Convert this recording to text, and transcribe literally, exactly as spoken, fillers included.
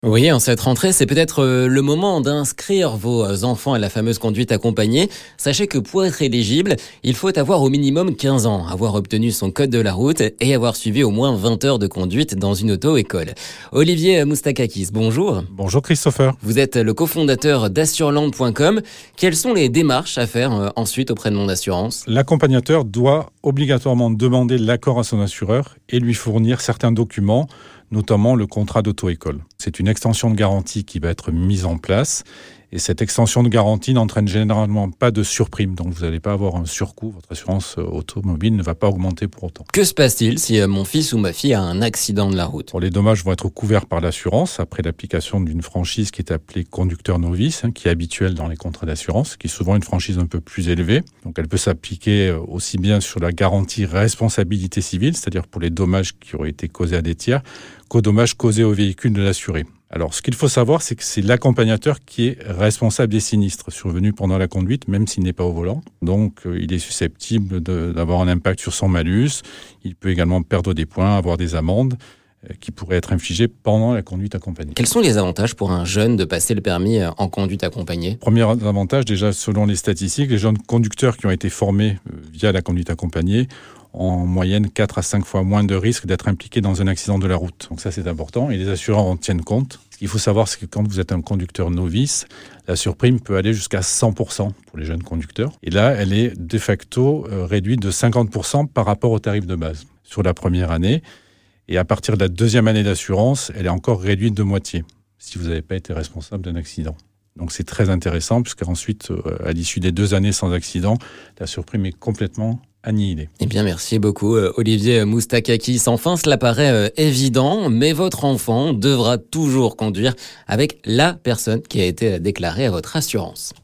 Oui, en cette rentrée, c'est peut-être euh, le moment d'inscrire vos euh, enfants à la fameuse conduite accompagnée. Sachez que pour être éligible, il faut avoir au minimum quinze ans, avoir obtenu son code de la route et avoir suivi au moins vingt heures de conduite dans une auto-école. Olivier Moustakakis, bonjour. Bonjour Christopher. Vous êtes le cofondateur d'assureland point com. Quelles sont les démarches à faire euh, ensuite auprès de Mon Assurance ? L'accompagnateur doit obligatoirement demander l'accord à son assureur et lui fournir certains documents, notamment le contrat d'auto-école. C'est une extension de garantie qui va être mise en place et cette extension de garantie n'entraîne généralement pas de surprime, donc vous n'allez pas avoir un surcoût, votre assurance automobile ne va pas augmenter pour autant. Que se passe-t-il si euh, mon fils ou ma fille a un accident de la route ? Bon, les dommages vont être couverts par l'assurance après l'application d'une franchise qui est appelée conducteur novice, hein, qui est habituelle dans les contrats d'assurance, qui est souvent une franchise un peu plus élevée. Donc elle peut s'appliquer aussi bien sur la garantie responsabilité civile, c'est-à-dire pour les dommages qui auraient été causés à des tiers, qu'aux dommages causés au véhicule de l'assuré. Alors, ce qu'il faut savoir, c'est que c'est l'accompagnateur qui est responsable des sinistres survenus pendant la conduite, même s'il n'est pas au volant. Donc, euh, il est susceptible de, d'avoir un impact sur son malus. Il peut également perdre des points, avoir des amendes euh, qui pourraient être infligées pendant la conduite accompagnée. Quels sont les avantages pour un jeune de passer le permis en conduite accompagnée ? Premier avantage, déjà, selon les statistiques, les jeunes conducteurs qui ont été formés euh, via la conduite accompagnée en moyenne quatre à cinq fois moins de risques d'être impliqués dans un accident de la route. Donc ça, c'est important et les assureurs en tiennent compte. Ce qu'il faut savoir, c'est que quand vous êtes un conducteur novice, la surprime peut aller jusqu'à cent pour cent pour les jeunes conducteurs. Et là, elle est de facto euh, réduite de cinquante pour cent par rapport au tarif de base sur la première année. Et à partir de la deuxième année d'assurance, elle est encore réduite de moitié si vous n'avez pas été responsable d'un accident. Donc c'est très intéressant puisqu'ensuite, euh, à l'issue des deux années sans accident, la surprime est complètement annihilée. Eh bien, merci beaucoup, euh, Olivier Moustakakis. Enfin, cela paraît euh, évident, mais votre enfant devra toujours conduire avec la personne qui a été déclarée à votre assurance.